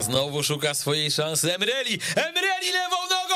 Znowu szuka swojej szansy Emreli lewą nogą,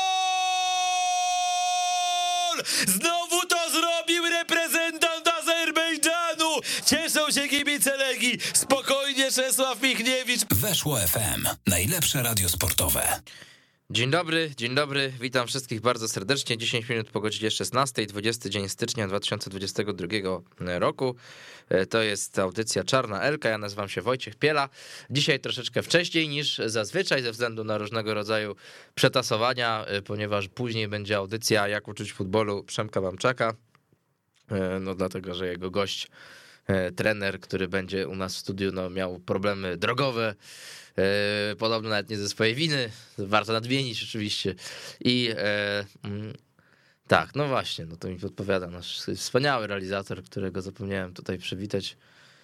gol! Znowu to zrobił reprezentant Azerbejdżanu. Cieszą się kibice Legii. Spokojnie, Czesław Michniewicz. Weszło FM. Najlepsze radio sportowe. Dzień dobry, witam wszystkich bardzo serdecznie. 10 minut po godzinie 16, 20 dzień stycznia 2022 roku. To jest audycja Czarna Elka, ja nazywam się Wojciech Piela. Dzisiaj troszeczkę wcześniej niż zazwyczaj ze względu na różnego rodzaju przetasowania, ponieważ później będzie audycja Jak uczyć futbolu Przemka Bamczaka. No dlatego, że jego gość, trener, który będzie u nas w studiu, miał problemy drogowe. Podobno nawet nie ze swojej winy, warto nadmienić oczywiście. I tak, no właśnie, no to mi podpowiada nasz wspaniały realizator, którego zapomniałem tutaj przywitać.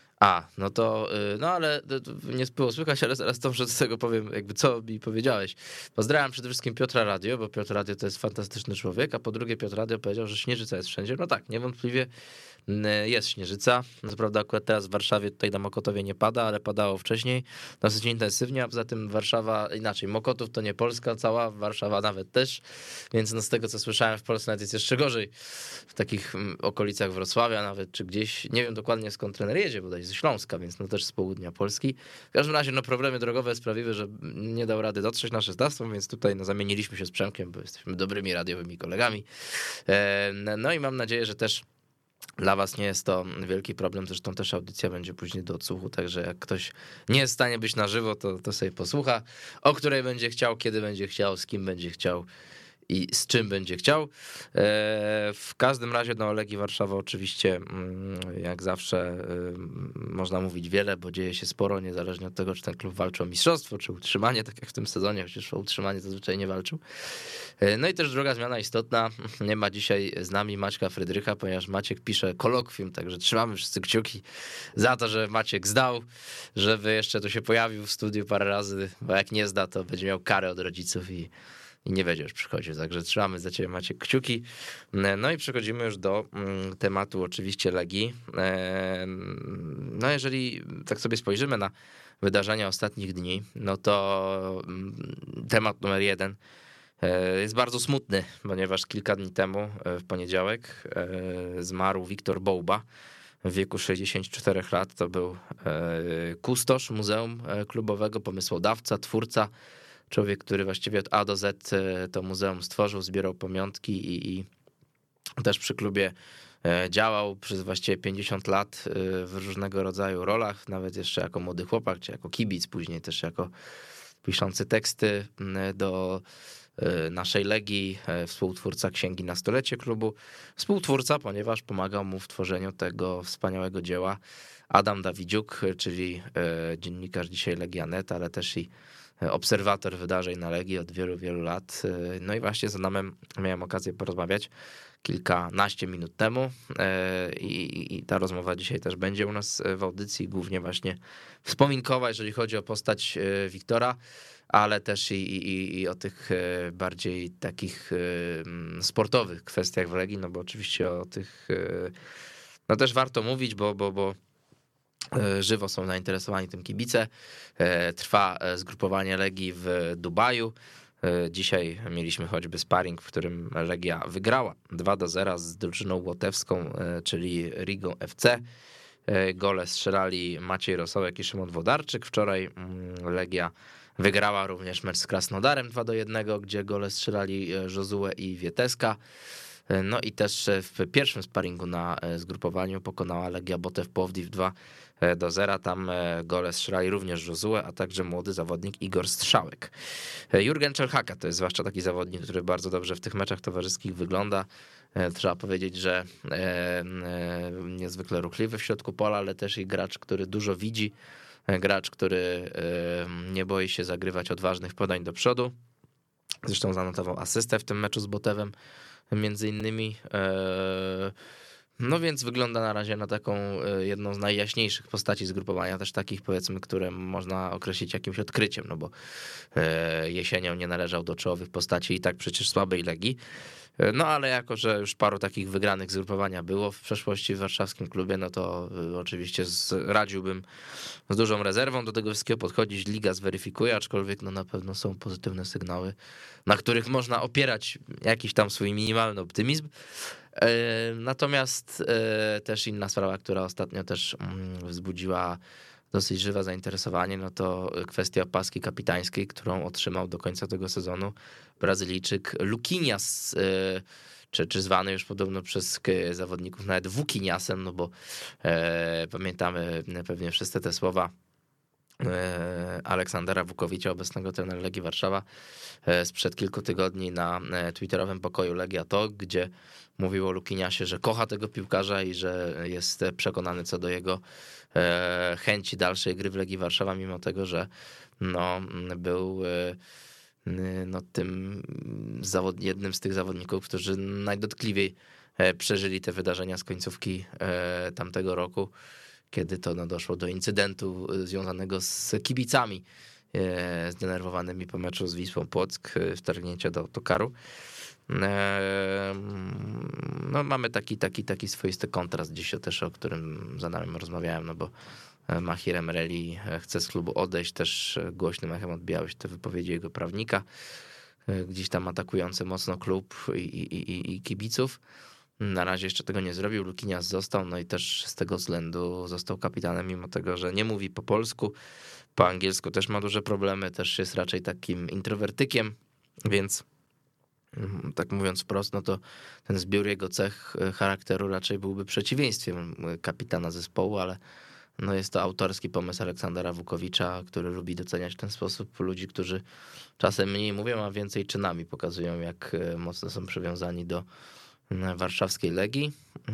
Ale nie było słychać, ale zaraz to, że z tego powiem, jakby co mi powiedziałeś. Pozdrawiam przede wszystkim Piotra Radio, bo Piotr Radio to jest fantastyczny człowiek, a po drugie Piotr Radio powiedział, że śnieżyca jest wszędzie. No tak, niewątpliwie jest śnieżyca. Co prawda akurat teraz w Warszawie, tutaj na Mokotowie nie pada, ale padało wcześniej dosyć intensywnie, a poza tym Warszawa, inaczej, Mokotów to nie Polska cała, Warszawa nawet też, więc z tego co słyszałem w Polsce nawet jest jeszcze gorzej. W takich okolicach Wrocławia nawet, czy gdzieś, nie wiem dokładnie skąd trener jedzie, bodaj ze Śląska, więc też z południa Polski. W każdym razie problemy drogowe sprawiły, że nie dał rady dotrzeć na 16, więc tutaj zamieniliśmy się z Przemkiem, bo jesteśmy dobrymi radiowymi kolegami. No i mam nadzieję, że też dla was nie jest to wielki problem, zresztą też audycja będzie później do odsłuchu, także jak ktoś nie jest w stanie być na żywo, to sobie posłucha, o której będzie chciał, kiedy będzie chciał, z kim będzie chciał i z czym będzie chciał. W każdym razie Legii Warszawa oczywiście jak zawsze można mówić wiele, bo dzieje się sporo, niezależnie od tego, czy ten klub walczy o mistrzostwo, czy utrzymanie, tak jak w tym sezonie, chociaż o utrzymanie zazwyczaj nie walczył. No i też druga zmiana istotna, nie ma dzisiaj z nami Maćka Frydrycha, ponieważ Maciek pisze kolokwium, także trzymamy wszyscy kciuki za to, że Maciek zdał, żeby jeszcze tu się pojawił w studiu parę razy, bo jak nie zda, to będzie miał karę od rodziców i nie będzie już przychodził, także trzymamy za ciebie, Maciek, kciuki. No i przechodzimy już do tematu oczywiście Legii. No jeżeli tak sobie spojrzymy na wydarzenia ostatnich dni, no to temat numer 1 jest bardzo smutny, ponieważ kilka dni temu, w poniedziałek, zmarł Wiktor Bołba w wieku 64 lat. To był kustosz Muzeum Klubowego, pomysłodawca, twórca, człowiek, który właściwie od A do Z to muzeum stworzył, zbierał pamiątki i też przy klubie działał przez właściwie 50 lat w różnego rodzaju rolach, nawet jeszcze jako młody chłopak, czy jako kibic, później też jako piszący teksty do naszej Legii, współtwórca księgi na stulecie klubu. Współtwórca, ponieważ pomagał mu w tworzeniu tego wspaniałego dzieła Adam Dawidziuk, czyli dziennikarz dzisiaj Legia.net, ale też i obserwator wydarzeń na Legii od wielu, wielu lat. No i właśnie z Adamem miałem okazję porozmawiać kilkanaście minut temu i ta rozmowa dzisiaj też będzie u nas w audycji, głównie właśnie wspominkowa, jeżeli chodzi o postać Wiktora, ale też i o tych bardziej takich sportowych kwestiach w Legii, no bo oczywiście o tych no też warto mówić, bo żywo są zainteresowani tym kibice. Trwa zgrupowanie Legii w Dubaju. Dzisiaj mieliśmy choćby sparring, w którym Legia wygrała 2-0 z drużyną łotewską, czyli Rigą FC. Gole strzelali Maciej Rosołek i Szymon Wodarczyk. Wczoraj Legia wygrała również mecz z Krasnodarem 2-1, gdzie gole strzelali Josue i Wieteska. No i też w pierwszym sparingu na zgrupowaniu pokonała Legia Botew Płowdiw 2-0. Tam gole strzelali również Josue, a także młody zawodnik Igor Strzałek. Jurgen Czelhaka to jest zwłaszcza taki zawodnik, który bardzo dobrze w tych meczach towarzyskich wygląda. Trzeba powiedzieć, że niezwykle ruchliwy w środku pola, ale też i gracz, który dużo widzi. Gracz, który nie boi się zagrywać odważnych podań do przodu. Zresztą zanotował asystę w tym meczu z Botewem między innymi. No więc wygląda na razie na taką jedną z najjaśniejszych postaci zgrupowania, też takich powiedzmy, które można określić jakimś odkryciem, no bo jesienią nie należał do czołowych postaci i tak przecież słabej Legii. No ale jako, że już paru takich wygranych zgrupowania było w przeszłości w warszawskim klubie, no to oczywiście radziłbym z dużą rezerwą do tego wszystkiego podchodzić. Liga zweryfikuje, aczkolwiek no na pewno są pozytywne sygnały, na których można opierać jakiś tam swój minimalny optymizm. Natomiast też inna sprawa, która ostatnio też wzbudziła dosyć żywe zainteresowanie, no to kwestia opaski kapitańskiej, którą otrzymał do końca tego sezonu Brazylijczyk Luquinhas, czy zwany już podobno przez zawodników nawet Wuquinhasem, no bo pamiętamy pewnie wszyscy te słowa Aleksandra Wukowicza, obecnego trenera Legii Warszawa, sprzed kilku tygodni na twitterowym pokoju Legia Talk, gdzie mówił o Luquinhasie, że kocha tego piłkarza i że jest przekonany co do jego chęci dalszej gry w Legii Warszawa, mimo tego, że no, był jednym z tych zawodników, którzy najdotkliwiej przeżyli te wydarzenia z końcówki tamtego roku, kiedy to no, doszło do incydentu związanego z kibicami zdenerwowanymi po meczu z Wisłą Płock, wtargnięcia do autokaru. No, mamy taki swoisty kontrast dziś też, o którym za nami rozmawiałem, no bo Mahir Emreli chce z klubu odejść, też głośnym echem odbijały się te wypowiedzi jego prawnika, gdzieś tam atakujące mocno klub i kibiców. Na razie jeszcze tego nie zrobił, Luquinhas został, no i też z tego względu został kapitanem, mimo tego, że nie mówi po polsku, po angielsku też ma duże problemy, też jest raczej takim introwertykiem, więc tak mówiąc wprost, no to ten zbiór jego cech charakteru raczej byłby przeciwieństwem kapitana zespołu, ale no jest to autorski pomysł Aleksandra Wukowicza, który lubi doceniać w ten sposób ludzi, którzy czasem mniej mówią, a więcej czynami pokazują, jak mocno są przywiązani do warszawskiej Legii.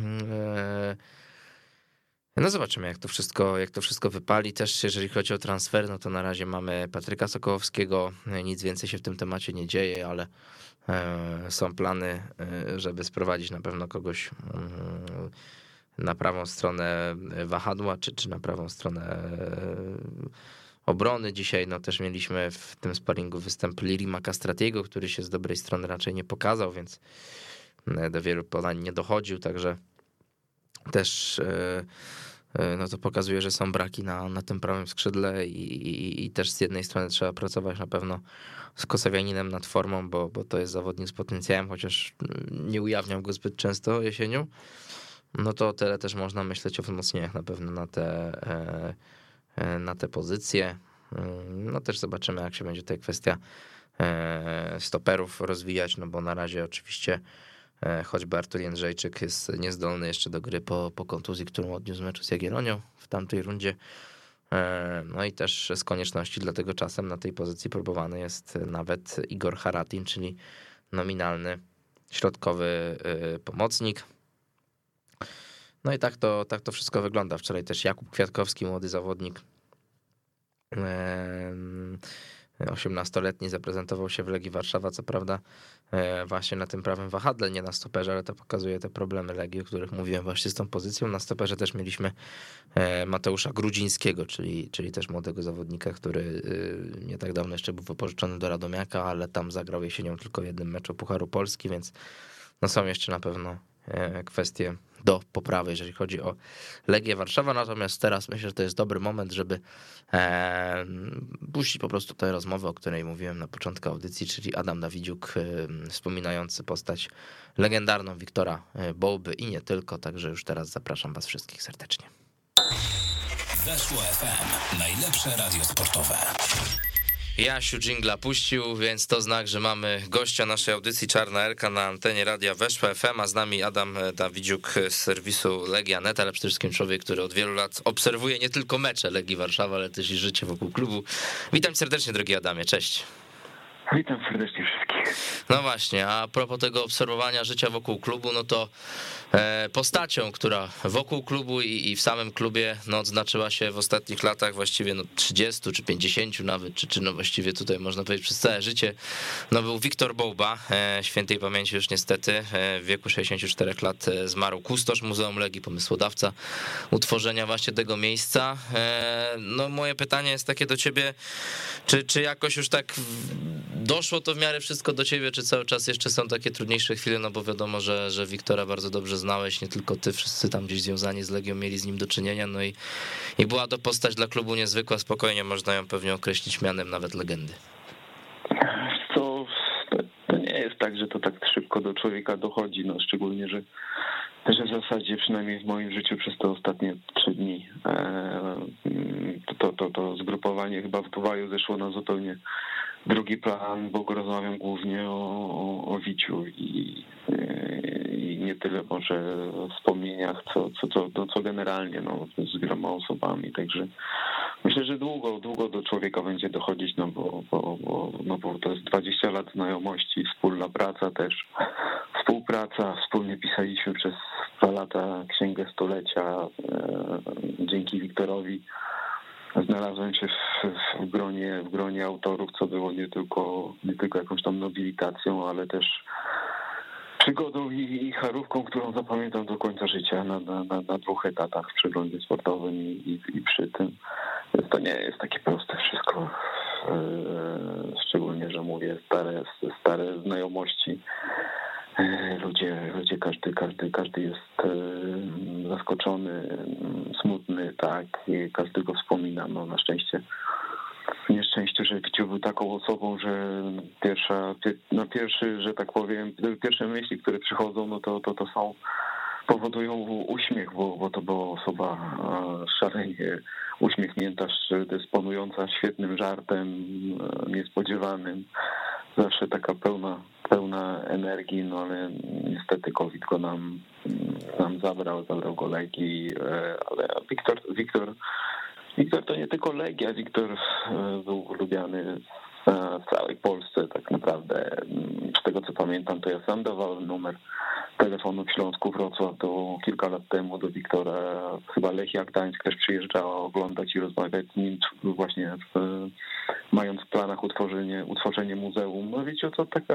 No zobaczymy, jak to wszystko wypali. Też jeżeli chodzi o transfer, no to na razie mamy Patryka Sokołowskiego. Nic więcej się w tym temacie nie dzieje, ale są plany, żeby sprowadzić na pewno kogoś na prawą stronę wahadła, czy na prawą stronę obrony. Dzisiaj no też mieliśmy w tym sparingu występ Lirima Castratiego, który się z dobrej strony raczej nie pokazał, więc do wielu podań nie dochodził, także też no to pokazuje, że są braki na tym prawym skrzydle i też z jednej strony trzeba pracować na pewno z Kosowianinem nad formą, bo to jest zawodnik z potencjałem, chociaż nie ujawniam go zbyt często jesienią. No to tyle też można myśleć o wzmocnieniach na pewno na te pozycje. No też zobaczymy, jak się będzie ta kwestia stoperów rozwijać, no bo na razie oczywiście choćby Artur Jędrzejczyk jest niezdolny jeszcze do gry po kontuzji, którą odniósł w meczu z Jagiellonią w tamtej rundzie. No i też z konieczności, dlatego czasem na tej pozycji próbowany jest nawet Igor Haratin, czyli nominalny środkowy pomocnik. No i tak to wszystko wygląda. Wczoraj też Jakub Kwiatkowski, młody zawodnik, 18-letni, zaprezentował się w Legii Warszawa, co prawda właśnie na tym prawym wahadle, nie na stoperze, ale to pokazuje te problemy Legii, o których mówiłem właśnie z tą pozycją. Na stoperze też mieliśmy Mateusza Grudzińskiego, czyli też młodego zawodnika, który nie tak dawno jeszcze był wypożyczony do Radomiaka, ale tam zagrał jesienią tylko w jednym meczu Pucharu Polski, więc no są jeszcze na pewno kwestie do poprawy, jeżeli chodzi o Legię Warszawa. Natomiast teraz myślę, że to jest dobry moment, żeby puścić po prostu tę rozmowę, o której mówiłem na początku audycji, czyli Adam Dawidziuk wspominający postać legendarną Wiktora Bołby i nie tylko, także już teraz zapraszam was wszystkich serdecznie. Weszło FM, najlepsze radio sportowe. Jasiu dżingla puścił, więc to znak, że mamy gościa naszej audycji Czarna Elka na antenie radia Weszło FM, a z nami Adam Dawidziuk z serwisu Legia.net, ale przede wszystkim człowiek, który od wielu lat obserwuje nie tylko mecze Legii Warszawa, ale też i życie wokół klubu. Witam serdecznie, drogi Adamie, cześć. Witam serdecznie wszystkich. No właśnie, a propos tego obserwowania życia wokół klubu, no to postacią, która wokół klubu i w samym klubie no, odznaczyła się w ostatnich latach właściwie 30 czy 50 nawet, czy no właściwie tutaj można powiedzieć przez całe życie, no był Wiktor Bołba, świętej pamięci już niestety, w wieku 64 lat zmarł kustosz Muzeum Legii, pomysłodawca utworzenia właśnie tego miejsca. No moje pytanie jest takie do ciebie, czy jakoś już tak doszło to w miarę wszystko do ciebie, czy cały czas jeszcze są takie trudniejsze chwile, no bo wiadomo, że Wiktora bardzo dobrze znałeś, nie tylko ty, wszyscy tam gdzieś związani z Legią mieli z nim do czynienia, no i była to postać dla klubu niezwykła, spokojnie można ją pewnie określić mianem nawet legendy. To nie jest tak, że to tak szybko do człowieka dochodzi, no szczególnie, że w zasadzie przynajmniej w moim życiu przez te ostatnie 3 dni to zgrupowanie chyba w Dubaju zeszło na zupełnie drugi plan, bo rozmawiam głównie o Wiciu i nie tyle może o wspomnieniach, co generalnie z wieloma osobami, także myślę, że długo do człowieka będzie dochodzić, bo to jest 20 lat znajomości, wspólna praca też, współpraca, wspólnie pisaliśmy przez 2 lata Księgę Stulecia, dzięki Wiktorowi znalazłem się w gronie autorów, co było nie tylko jakąś tam nobilitacją, ale też przygodą i charówką, którą zapamiętam do końca życia na 2 etatach w przeglądzie sportowym i przy tym. Więc to nie jest takie proste wszystko, szczególnie, że mówię, stare znajomości. Ludzie, każdy jest zaskoczony, smutny, tak, i każdy go wspomina, no na szczęście. W nieszczęściu, że Wiciu był taką osobą, że pierwsze myśli, które przychodzą, to są, powodują uśmiech, bo to była osoba szalenie uśmiechnięta, dysponująca świetnym żartem, niespodziewanym, zawsze taka pełna energii, no ale niestety COVID go nam zabrał go Legii, ale Wiktor to nie tylko Legia, Wiktor był lubiany w całej Polsce tak naprawdę. Z tego co pamiętam, to ja sam dawałem numer telefonu w Śląsku Wrocław kilka lat temu do Wiktora. Chyba Lechia Gdańsk też przyjeżdżała oglądać i rozmawiać z nim właśnie mając w planach utworzenie muzeum. No wiecie,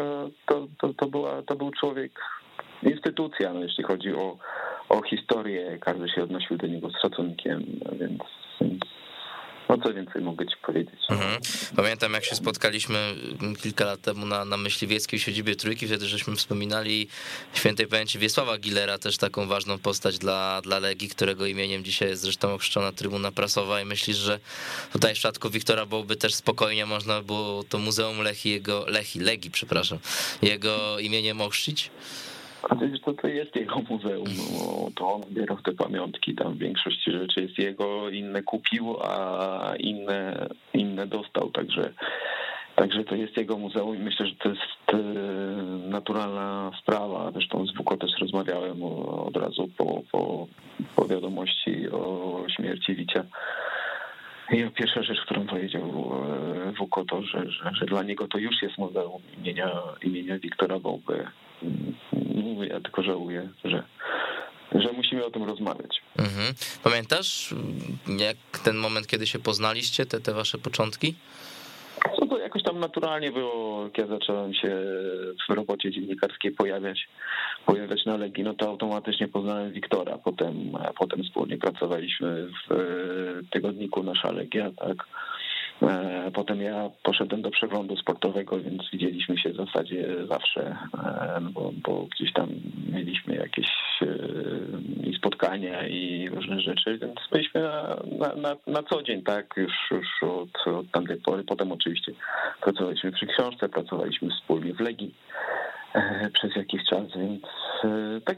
to był człowiek, instytucja, no, jeśli chodzi o historię, każdy się odnosił do niego z szacunkiem, więc no co więcej mogę ci powiedzieć. Pamiętam, jak się spotkaliśmy kilka lat temu na myśliwieckiej siedzibie Trójki, wtedy żeśmy wspominali świętej pamięci Wiesława Gillera, też taką ważną postać dla Legii, którego imieniem dzisiaj jest zresztą ochrzczona trybuna prasowa, i myślisz, że tutaj w przypadku Wiktora Bołby też spokojnie można było to Muzeum Legii, jego imieniem ochrzcić? A wiesz, to jest jego muzeum, no, to on zbierał te pamiątki, tam w większości rzeczy jest jego, inne kupił, a inne dostał, także to jest jego muzeum i myślę, że to jest naturalna sprawa. Zresztą z Wuko też rozmawiałem od razu po wiadomości o śmierci Wicia. I pierwsza rzecz, którą powiedział Wuko, to, że dla niego to już jest muzeum imienia Wiktora Bołby. Ja tylko żałuję, że musimy o tym rozmawiać. Pamiętasz, jak ten moment, kiedy się poznaliście, te wasze początki? No to jakoś tam naturalnie było, jak ja zacząłem się w robocie dziennikarskiej pojawiać na Legii, no to automatycznie poznałem Wiktora. Potem wspólnie pracowaliśmy w tygodniku Nasza Legia, tak. Potem ja poszedłem do przeglądu sportowego, więc widzieliśmy się w zasadzie zawsze, bo gdzieś tam mieliśmy jakieś i spotkania i różne rzeczy, więc byliśmy na co dzień, tak, już od tamtej pory. Potem oczywiście pracowaliśmy przy książce, pracowaliśmy wspólnie w Legii przez jakiś czas, więc tak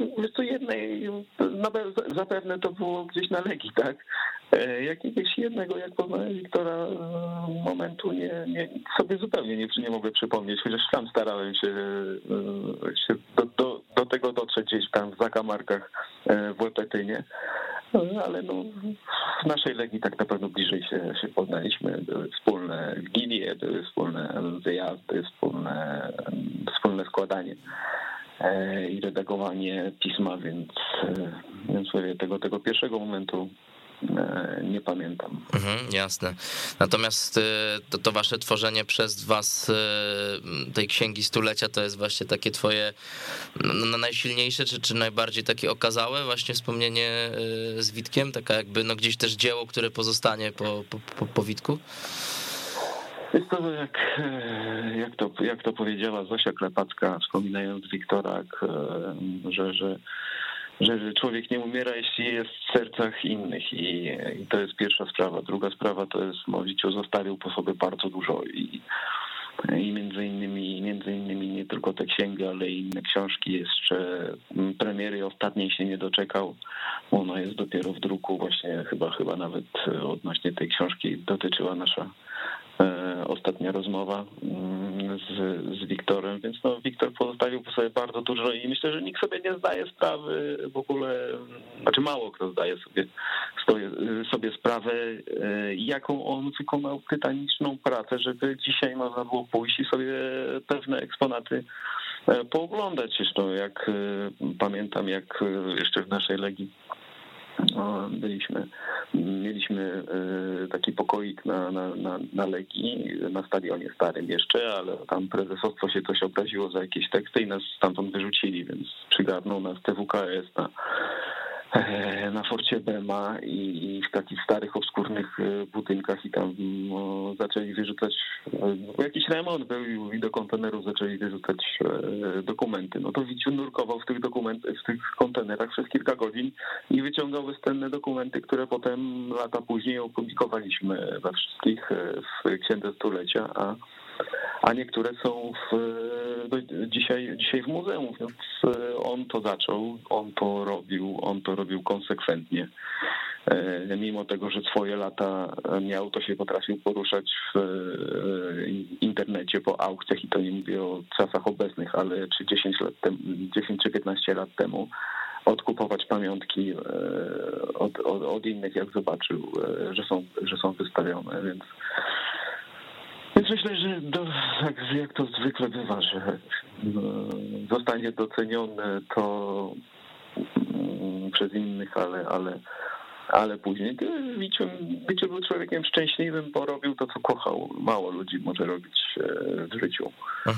zapewne to było gdzieś na Legii, tak? Jakiegoś jednego, jak poznałem Wiktora, momentu sobie zupełnie nie mogę przypomnieć, chociaż sam starałem się do tego dotrzeć gdzieś tam w zakamarkach w Łepetynie. Ale no, w naszej Legii tak na pewno bliżej się poznaliśmy, były wspólne Gili strategie, były wspólne wyjazdy, wspólne składanie i redagowanie pisma, więc mówię, tego pierwszego momentu nie pamiętam. Jasne. Natomiast to wasze tworzenie przez was tej Księgi Stulecia to jest właśnie takie twoje najsilniejsze, czy najbardziej takie okazałe właśnie wspomnienie z Witkiem? Taka jakby gdzieś też dzieło, które pozostanie po Witku? Jest to jak to powiedziała Zosia Klepacka, wspominając Wiktora, że człowiek nie umiera, jeśli jest w sercach innych i to jest pierwsza sprawa. Druga sprawa to jest, Wiciu zostawił po sobie bardzo dużo i między innymi nie tylko te księgi, ale i inne książki. Jeszcze premiery ostatniej się nie doczekał, bo ona jest dopiero w druku, właśnie chyba nawet odnośnie tej książki dotyczyła nasza ostatnia rozmowa z Wiktorem, więc Wiktor pozostawił po sobie bardzo dużo i myślę, że nikt sobie nie zdaje sprawy w ogóle, znaczy mało kto zdaje sobie sprawę, jaką on wykonał tytaniczną pracę, żeby dzisiaj można było pójść i sobie pewne eksponaty pooglądać. Zresztą jak pamiętam, jak jeszcze w naszej Legii mieliśmy taki pokoik na Legii, na stadionie starym jeszcze, ale tam prezesostwo się coś obraziło za jakieś teksty i nas stamtąd wyrzucili, więc przygarnął nas TWKS na Forcie Bema i w takich starych, obskurnych budynkach i tam zaczęli wyrzucać, jakiś remont był i do kontenerów zaczęli wyrzucać dokumenty. To Wiciu nurkował w tych kontenerach przez kilka godzin i wyciągał bezcenne dokumenty, które potem lata później opublikowaliśmy we wszystkich w Księdze Stulecia, a niektóre są dzisiaj w muzeum, więc on to zaczął, on to robił konsekwentnie. Mimo tego, że swoje lata miał, to się potrafił poruszać w internecie po aukcjach i to nie mówię o czasach obecnych, ale 10 czy 15 lat temu odkupować pamiątki od innych, jak zobaczył, że są wystawione, więc myślę, że jak to zwykle bywa, że zostanie docenione to przez innych, ale później. Wiciu był człowiekiem szczęśliwym, bo robił to, co kochał. Mało ludzi może robić w życiu.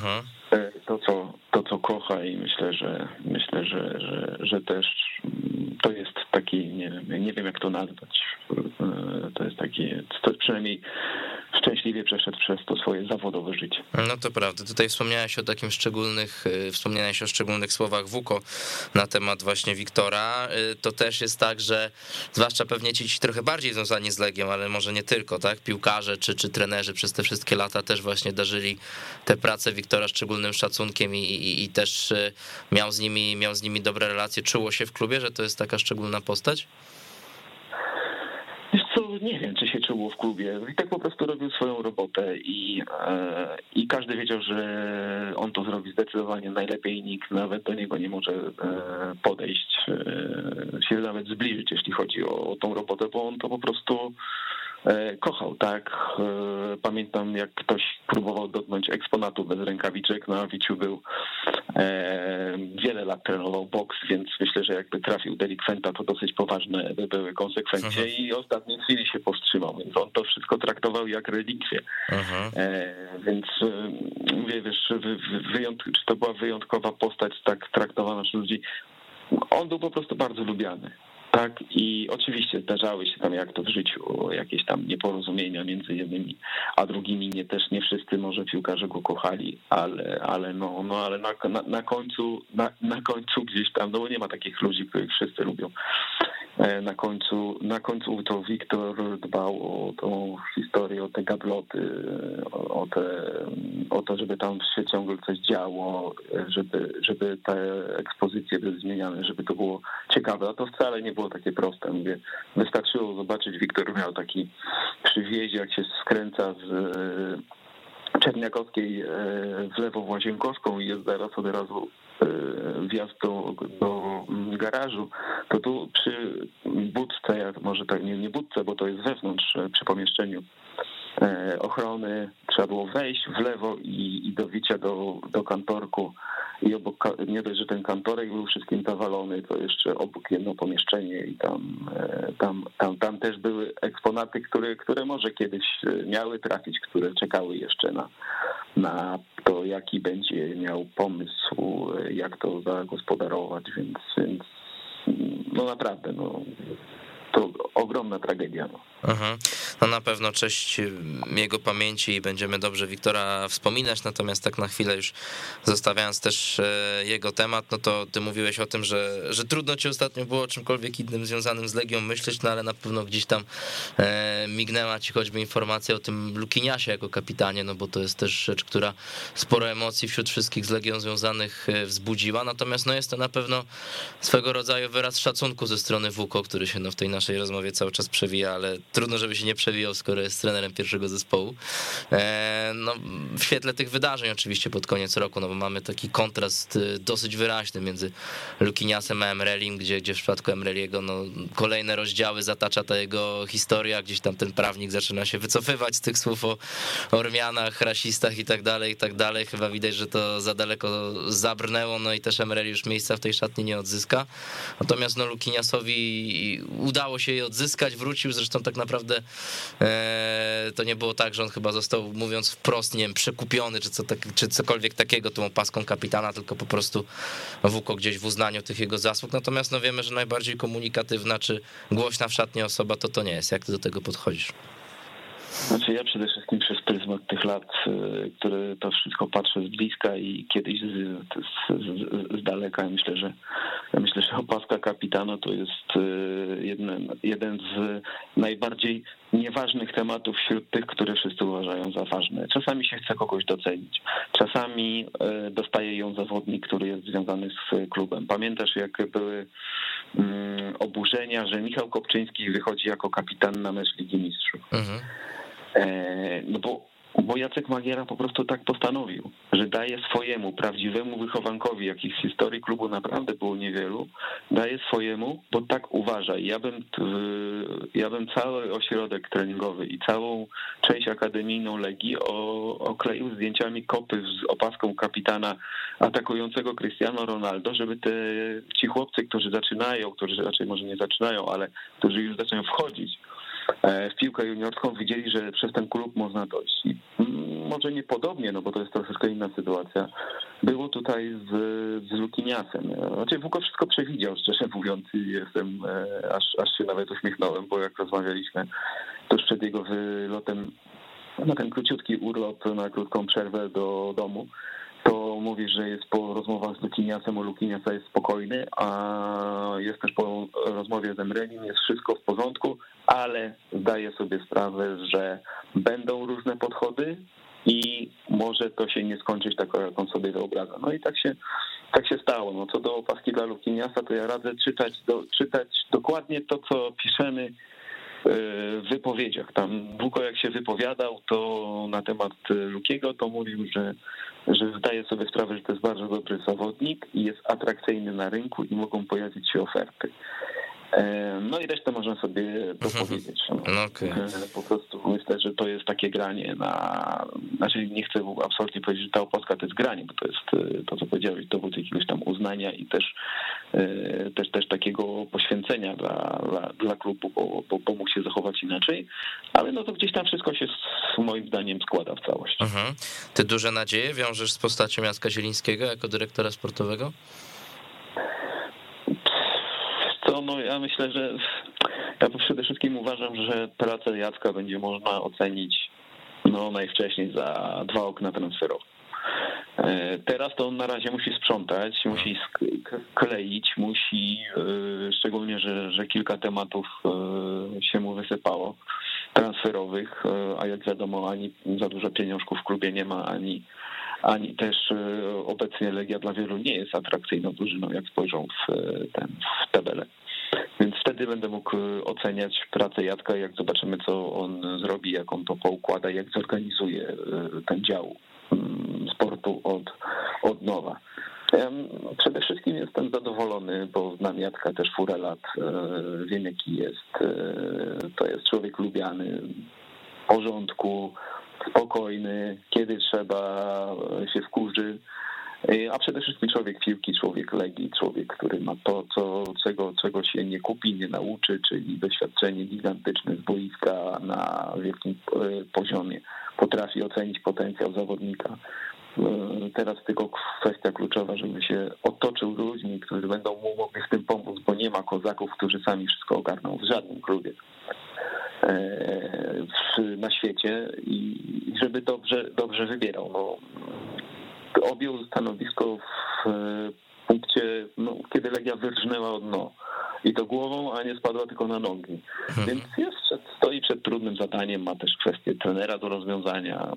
To, co kocha i myślę, że też to jest taki, nie wiem jak to nazwać, to jest taki, to przynajmniej szczęśliwie przeszedł przez to swoje zawodowe życie. No to prawda. Tutaj wspomniałeś o szczególnych słowach Wuko na temat właśnie Wiktora. To też jest tak, że zwłaszcza pewnie ci trochę bardziej związani z Legią, ale może nie tylko, tak? Piłkarze czy trenerzy przez te wszystkie lata też właśnie darzyli tę pracę Wiktora szczególnym szacunkiem i też miał z nimi dobre relacje. Czuło się w klubie, że to jest taka szczególna postać? Wiesz co, nie wiem, czy się czuło w klubie. I tak po prostu robił swoją robotę i każdy wiedział, że on to zrobi zdecydowanie najlepiej i nikt nawet do niego nie może podejść, się nawet zbliżyć, jeśli chodzi o tą robotę, bo on to po prostu kochał, tak. Pamiętam, jak ktoś próbował dotknąć eksponatu bez rękawiczek, a Wiciu był wiele lat trenował boks, więc myślę, że jakby trafił delikwenta, to dosyć poważne były konsekwencje i w ostatniej chwili się powstrzymał, więc on to wszystko traktował jak relikwie. Więc mówię, wiesz, czy to była wyjątkowa postać, tak traktowana przez ludzi. On był po prostu bardzo lubiany. Tak, i oczywiście zdarzały się tam, jak to w życiu, jakieś tam nieporozumienia między jednymi a drugimi, też nie wszyscy może piłkarze go kochali, ale na końcu gdzieś tam, no bo nie ma takich ludzi, których wszyscy lubią. Na końcu to Wiktor dbał o tą historię, o te gabloty, o to, żeby tam się ciągle coś działo, żeby te ekspozycje były zmieniane, żeby to było ciekawe, a to wcale nie było takie proste. Mówię, wystarczyło zobaczyć, Wiktor miał taki przy wjeździe, jak się skręca z Czerniakowskiej w lewo w Łazienkowską i jest zaraz od razu wjazd do garażu, to tu przy budce, może tak nie budce, bo to jest wewnątrz, przy pomieszczeniu ochrony, trzeba było wejść w lewo i do Wicia do kantorku i obok, nie dość, że ten kantorek był wszystkim zawalony, to jeszcze obok jedno pomieszczenie i tam też były eksponaty, które może kiedyś miały trafić, które czekały jeszcze na to, jaki będzie miał pomysł, jak to zagospodarować, więc no naprawdę, no to ogromna tragedia. No. No na pewno cześć jego pamięci i będziemy dobrze Wiktora wspominać, natomiast tak na chwilę już zostawiając też jego temat, no to ty mówiłeś o tym, że trudno ci ostatnio było o czymkolwiek innym związanym z Legią myśleć, no ale na pewno gdzieś tam mignęła ci choćby informacja o tym Lukiniasie jako kapitanie, no bo to jest też rzecz, która sporo emocji wśród wszystkich z Legią związanych wzbudziła, natomiast no jest to na pewno swego rodzaju wyraz szacunku ze strony WUKO, który się no w tej naszej rozmowie cały czas przewija, ale trudno, żeby się nie przewijał, skoro jest trenerem pierwszego zespołu. No, w świetle tych wydarzeń oczywiście pod koniec roku, no bo mamy taki kontrast dosyć wyraźny między Lukiniasem a Emrelim, gdzie w przypadku Emreliego no, kolejne rozdziały zatacza ta jego historia, gdzieś tam ten prawnik zaczyna się wycofywać z tych słów o Ormianach, rasistach i tak dalej. Chyba widać, że to za daleko zabrnęło, no i też Emreli już miejsca w tej szatni nie odzyska. Natomiast no Lukiniasowi udało się je odzyskać, wrócił, zresztą tak naprawdę to nie było tak, że on chyba został, mówiąc wprost, nie wiem, przekupiony czy cokolwiek takiego tą opaską kapitana, tylko po prostu WUKO gdzieś w uznaniu tych jego zasług. Natomiast no wiemy, że najbardziej komunikatywna czy głośna w szatni osoba to nie jest. Jak ty do tego podchodzisz? Znaczy ja przede wszystkim przez pryzmat tych lat, które to wszystko patrzę z bliska i kiedyś z daleka. Myślę, że opaska kapitana to jest jeden z najbardziej nieważnych tematów wśród tych, które wszyscy uważają za ważne. Czasami się chce kogoś docenić, czasami dostaje ją zawodnik, który jest związany z klubem. Pamiętasz, jak były oburzenia, że Michał Kopczyński wychodzi jako kapitan na mecz Ligi Mistrzów. No bo Jacek Magiera po prostu tak postanowił, że daje swojemu prawdziwemu wychowankowi, jakich w historii klubu naprawdę było niewielu, daje swojemu, bo tak uważa. Ja bym cały ośrodek treningowy i całą część akademijną Legii okleił zdjęciami kopy z opaską kapitana atakującego Cristiano Ronaldo, żeby ci chłopcy, którzy raczej może nie zaczynają, ale którzy już zaczynają wchodzić w piłkę juniorską, widzieli, że przez ten klub można dojść. I może niepodobnie, no bo to jest troszeczkę inna sytuacja, było tutaj z Lukiniasem. Znaczy WUKO wszystko przewidział, szczerze mówiąc, i aż się nawet uśmiechnąłem, bo jak rozmawialiśmy tuż przed jego wylotem na ten króciutki urlop, na krótką przerwę do domu, to mówi, że jest po rozmowach z Lukiniasem, u Lukiniasa jest spokojny, a jest też po rozmowie z Emrelim, jest wszystko w porządku, ale zdaje sobie sprawę, że będą różne podchody i może to się nie skończyć tak, jak on sobie wyobraża. No i tak się stało. No, co do opaski dla Lukiniasa, to ja radzę czytać dokładnie to, co piszemy w wypowiedziach. Tam WUKO jak się wypowiadał, to na temat Lukiego, to mówił, że zdaje sobie sprawę, że to jest bardzo dobry zawodnik i jest atrakcyjny na rynku i mogą pojawić się oferty. No i resztę można sobie dopowiedzieć. Po prostu myślę, że to jest takie granie znaczy nie chcę absolutnie powiedzieć, że ta opaska to jest granie, bo to jest to, co powiedziałeś, dowód jakiegoś tam uznania i też takiego poświęcenia dla klubu, bo mógł się zachować inaczej, ale no to gdzieś tam wszystko się moim zdaniem składa w całość. Ty duże nadzieje wiążesz z postacią Jacka Zielińskiego jako dyrektora sportowego? No ja myślę, że ja przede wszystkim uważam, że pracę Jacka będzie można ocenić najwcześniej za 2 okna transferowe. Teraz to on na razie musi sprzątać, musi kleić, szczególnie, że kilka tematów się mu wysypało transferowych, a jak wiadomo ani za dużo pieniążków w klubie nie ma, ani też obecnie Legia dla wielu nie jest atrakcyjną drużyną, jak spojrzą w tabelę. Więc wtedy będę mógł oceniać pracę Jacka, jak zobaczymy, co on zrobi, jak on to poukłada, jak zorganizuje ten dział sportu od nowa. Ja przede wszystkim jestem zadowolony, bo znam Jacka też furę lat, wiem jaki jest. To jest człowiek lubiany. porządku, spokojny, kiedy trzeba się wkurzy, a przede wszystkim człowiek piłki, człowiek Legii, człowiek, który ma to, czego się nie kupi, nie nauczy, czyli doświadczenie gigantyczne z boiska na wielkim poziomie. Potrafi ocenić potencjał zawodnika. Teraz tylko kwestia kluczowa, żeby się otoczył ludźmi, którzy będą mu mogli w tym pomóc, bo nie ma kozaków, którzy sami wszystko ogarną w żadnym klubie na świecie i żeby dobrze wybierał. No, objął stanowisko w punkcie, kiedy Legia wyrżnęła od dno. I to głową, a nie spadła tylko na nogi. Więc stoi przed trudnym zadaniem, ma też kwestię trenera do rozwiązania,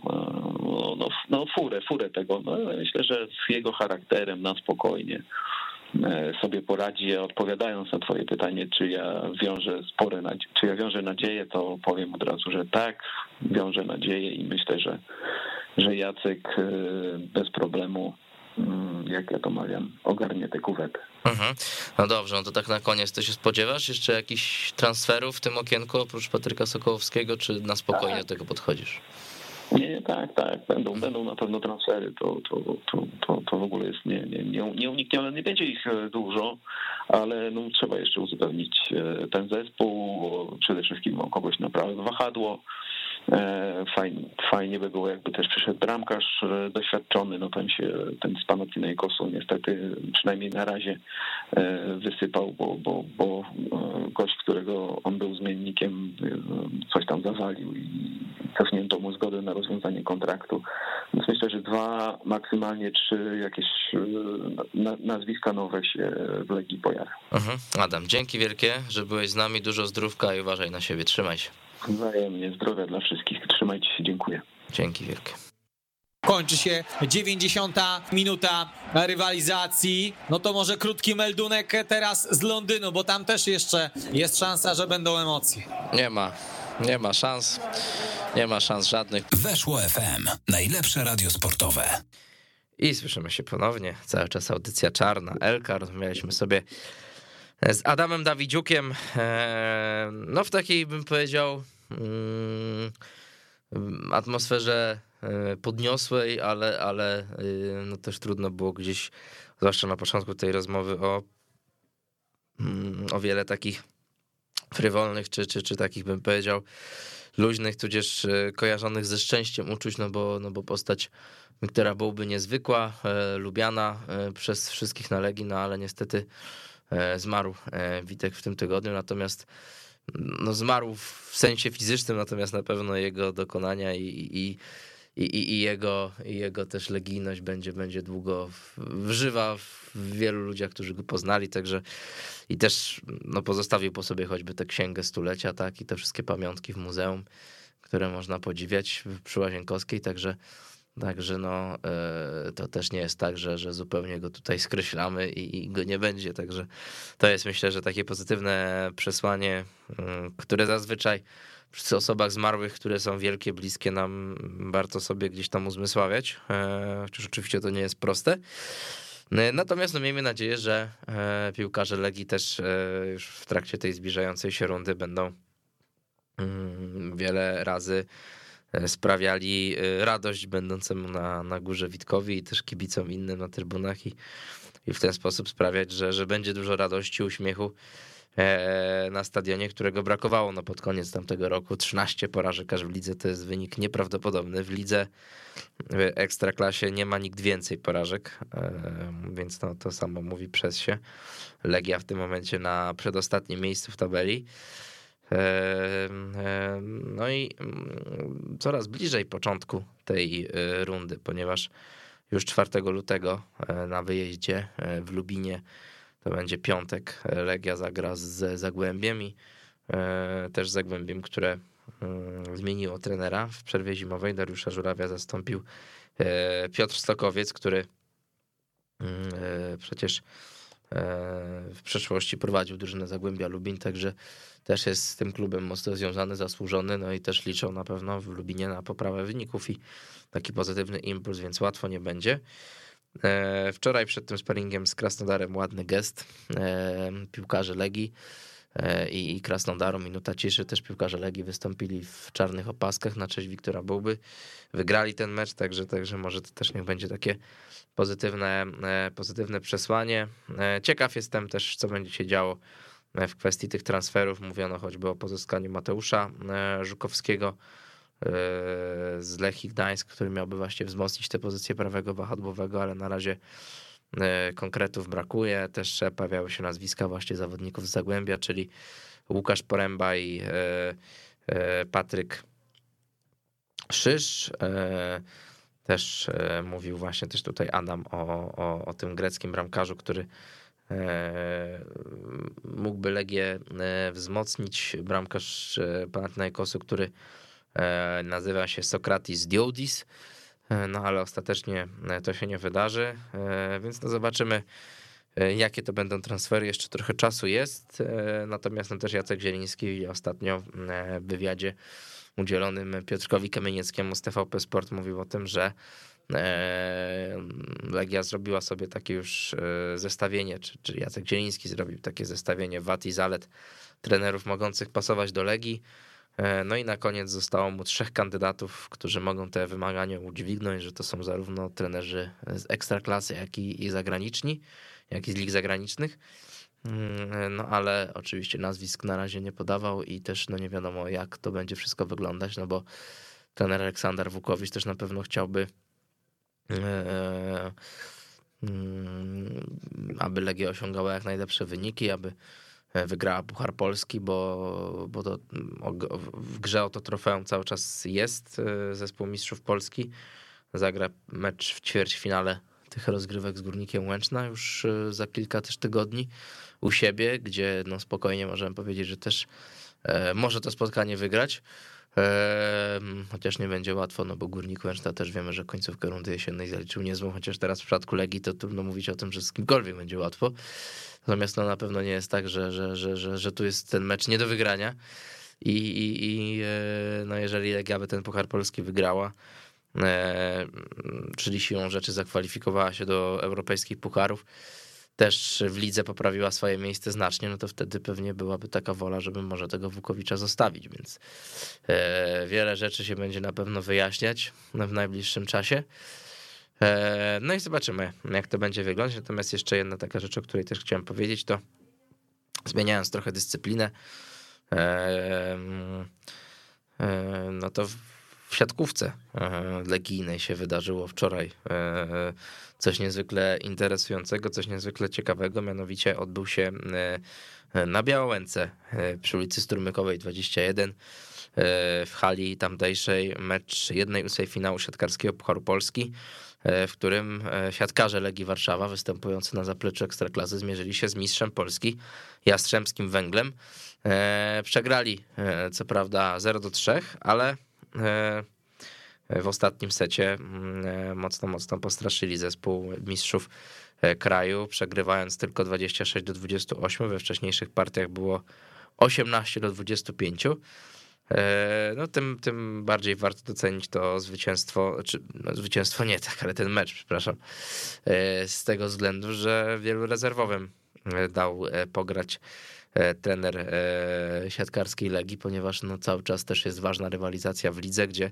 furę tego. No, myślę, że z jego charakterem na spokojnie sobie poradzi. Odpowiadając na twoje pytanie, czy ja wiążę nadzieję, to powiem od razu, że tak, wiążę nadzieję i myślę, że Jacek bez problemu, jak ja to mawiam, ogarnie tę kuwetę. No dobrze, no to tak na koniec, to się spodziewasz jeszcze jakichś transferów w tym okienku oprócz Patryka Sokołowskiego, czy na spokojnie do tego podchodzisz? Nie, tak, będą na pewno transfery, to w ogóle jest nieuniknione, nie będzie ich dużo, ale trzeba jeszcze uzupełnić ten zespół, przede wszystkim kogoś na prawe wahadło. Fajnie by było, jakby też przyszedł bramkarz doświadczony, ten z Panathinaikosu niestety przynajmniej na razie wysypał, bo gość, którego on był zmiennikiem, coś tam zawalił i cofnięto mu zgodę na rozwiązanie kontraktu. Więc myślę, że 2, maksymalnie 3 jakieś nazwiska nowe się w Legii pojawią. Adam, dzięki wielkie, że byłeś z nami, dużo zdrówka i uważaj na siebie, trzymaj się. Wzajemnie, zdrowia dla wszystkich. Trzymajcie się, dziękuję. Dzięki wielkie. Kończy się 90. minuta rywalizacji. No to może krótki meldunek teraz z Londynu, bo tam też jeszcze jest szansa, że będą emocje. Nie ma szans. Nie ma szans żadnych. Weszło FM. Najlepsze radio sportowe. I słyszymy się ponownie. Cały czas audycja czarna. Elka. Rozmawialiśmy sobie z Adamem Dawidziukiem. No w takiej, bym powiedział, atmosferze podniosłej, ale no też trudno było gdzieś, zwłaszcza na początku tej rozmowy, o wiele takich frywolnych, czy takich, bym powiedział, luźnych, tudzież kojarzonych ze szczęściem uczuć, no bo postać Wiktora byłby niezwykła, lubiana przez wszystkich na Legii, no ale niestety zmarł Witek w tym tygodniu, natomiast zmarł w sensie fizycznym, natomiast na pewno jego dokonania i jego też legijność będzie długo żywa w wielu ludziach, którzy go poznali, także i też pozostawił po sobie choćby tę księgę stulecia, tak, i te wszystkie pamiątki w muzeum, które można podziwiać przy Łazienkowskiej, także to też nie jest tak, że zupełnie go tutaj skreślamy i go nie będzie, także to jest, myślę, że takie pozytywne przesłanie, które zazwyczaj przy osobach zmarłych, które są wielkie, bliskie nam, warto sobie gdzieś tam uzmysławiać, chociaż oczywiście to nie jest proste. Natomiast miejmy nadzieję, że piłkarze Legii też już w trakcie tej zbliżającej się rundy będą wiele razy sprawiali radość będącemu na górze Witkowi i też kibicom innym na trybunach i w ten sposób sprawiać, że będzie dużo radości, uśmiechu na stadionie, którego brakowało pod koniec tamtego roku. 13 porażek aż w lidze to jest wynik nieprawdopodobny. W lidze w Ekstraklasie nie ma nikt więcej porażek, więc to samo mówi przez się. Legia w tym momencie na przedostatnim miejscu w tabeli. No i coraz bliżej początku tej rundy, ponieważ już 4 lutego na wyjeździe w Lubinie, to będzie piątek, Legia zagra z Zagłębiem i też Zagłębiem, które zmieniło trenera w przerwie zimowej. Dariusza Żurawia zastąpił Piotr Stokowiec, który przecież w przeszłości prowadził drużynę Zagłębia Lubin, także też jest z tym klubem mocno związany, zasłużony, no i też liczą na pewno w Lubinie na poprawę wyników i taki pozytywny impuls, więc łatwo nie będzie. Wczoraj przed tym sparingiem z Krasnodarem ładny gest piłkarzy Legii. i Krasnodaru. Minuta ciszy, też piłkarze Legii wystąpili w czarnych opaskach na cześć Wiktora Bułby. Wygrali ten mecz, także może to też niech będzie takie pozytywne przesłanie. Ciekaw jestem też, co będzie się działo w kwestii tych transferów. Mówiono choćby o pozyskaniu Mateusza Żukowskiego z Lechii Gdańsk, który miałby właśnie wzmocnić tę pozycję prawego wahadłowego, ale na razie konkretów brakuje. Też pojawiały się nazwiska właśnie zawodników z Zagłębia, czyli Łukasz Poręba i Patryk Szysz. Też mówił właśnie też tutaj Adam o tym greckim bramkarzu, który mógłby Legię wzmocnić. Bramkarz Panathinaikosu, który nazywa się Sokratis Diodis, no ale ostatecznie to się nie wydarzy, więc no zobaczymy, jakie to będą transfery. Jeszcze trochę czasu jest, natomiast no też Jacek Zieliński ostatnio w wywiadzie udzielonym Piotrkowi Kamienieckiemu z TVP Sport mówił o tym, że Legia zrobiła sobie takie już zestawienie, czy Jacek Zieliński zrobił takie zestawienie wad i zalet trenerów mogących pasować do Legii. No i na koniec zostało mu 3 kandydatów, którzy mogą te wymagania udźwignąć, że to są zarówno trenerzy z ekstraklasy, jak i zagraniczni, jak i z lig zagranicznych. No ale oczywiście nazwisk na razie nie podawał i też no nie wiadomo, jak to będzie wszystko wyglądać, no bo trener Aleksander Wukowicz też na pewno chciałby, aby Legia osiągała jak najlepsze wyniki, aby wygrała Puchar Polski, bo to w grze o to trofeum cały czas jest. Zespół Mistrzów Polski zagra mecz w ćwierćfinale tych rozgrywek z Górnikiem Łęczna już za kilka też tygodni u siebie, gdzie no spokojnie możemy powiedzieć, że też może to spotkanie wygrać, chociaż nie będzie łatwo, no bo Górnik Łęczna też wiemy, że końcówkę rundy jesiennej zaliczył niezłą, chociaż teraz w przypadku Legii to trudno mówić o tym, że z kimkolwiek będzie łatwo. Natomiast no na pewno nie jest tak, że tu jest ten mecz nie do wygrania i no jeżeli Legia by ten Puchar Polski wygrała, czyli siłą rzeczy zakwalifikowała się do europejskich pucharów, też w lidze poprawiła swoje miejsce znacznie, no to wtedy pewnie byłaby taka wola, żeby może tego Wukowicza zostawić, więc wiele rzeczy się będzie na pewno wyjaśniać w najbliższym czasie. No i zobaczymy, jak to będzie wyglądać. Natomiast jeszcze jedna taka rzecz, o której też chciałem powiedzieć, to zmieniając trochę dyscyplinę, no to w siatkówce legijnej się wydarzyło wczoraj coś niezwykle interesującego, coś niezwykle ciekawego, mianowicie odbył się na Białęce przy ulicy Strumykowej 21 w hali tamtejszej mecz 1/8 finału siatkarskiego Pucharu Polski, w którym siatkarze Legii Warszawa występujący na zapleczu Ekstraklasy zmierzyli się z mistrzem Polski Jastrzębskim Węglem. Przegrali co prawda 0-3, ale w ostatnim secie mocno postraszyli zespół mistrzów kraju, przegrywając tylko 26-28. We wcześniejszych partiach było 18-25. No tym bardziej warto docenić to zwycięstwo, zwycięstwo nie tak, ale ten mecz, przepraszam, z tego względu, że wielu rezerwowym dał pograć trener siatkarskiej Legii, ponieważ no cały czas też jest ważna rywalizacja w lidze, gdzie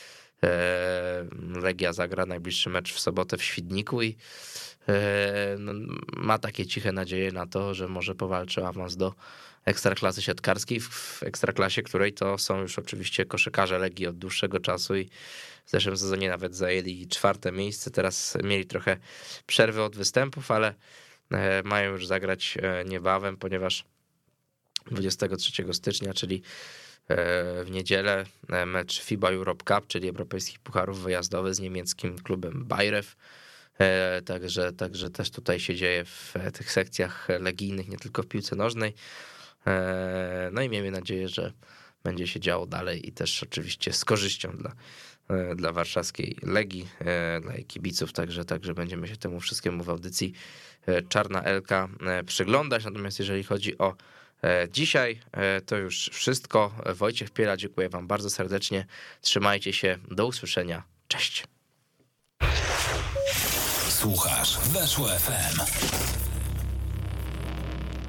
Legia zagra najbliższy mecz w sobotę w Świdniku i no, ma takie ciche nadzieje na to, że może powalczy o awans do ekstraklasy siatkarskiej, w ekstraklasie której to są już oczywiście koszykarze Legii od dłuższego czasu i w zeszłym sezonie nawet zajęli 4. miejsce, teraz mieli trochę przerwy od występów, ale mają już zagrać niebawem, ponieważ 23 stycznia, czyli w niedzielę, mecz FIBA Europe Cup, czyli Europejskich Pucharów wyjazdowy z niemieckim klubem Bayreuth. Także też tutaj się dzieje w tych sekcjach legijnych, nie tylko w piłce nożnej. No i miejmy nadzieję, że będzie się działo dalej i też oczywiście z korzyścią dla warszawskiej Legii, dla jej kibiców, także będziemy się temu wszystkiemu w audycji Czarna Elka przyglądać. Natomiast jeżeli chodzi o dzisiaj, to już wszystko. Wojciech Piela, dziękuję wam bardzo serdecznie. Trzymajcie się, do usłyszenia. Cześć. Słuchasz Weszło FM.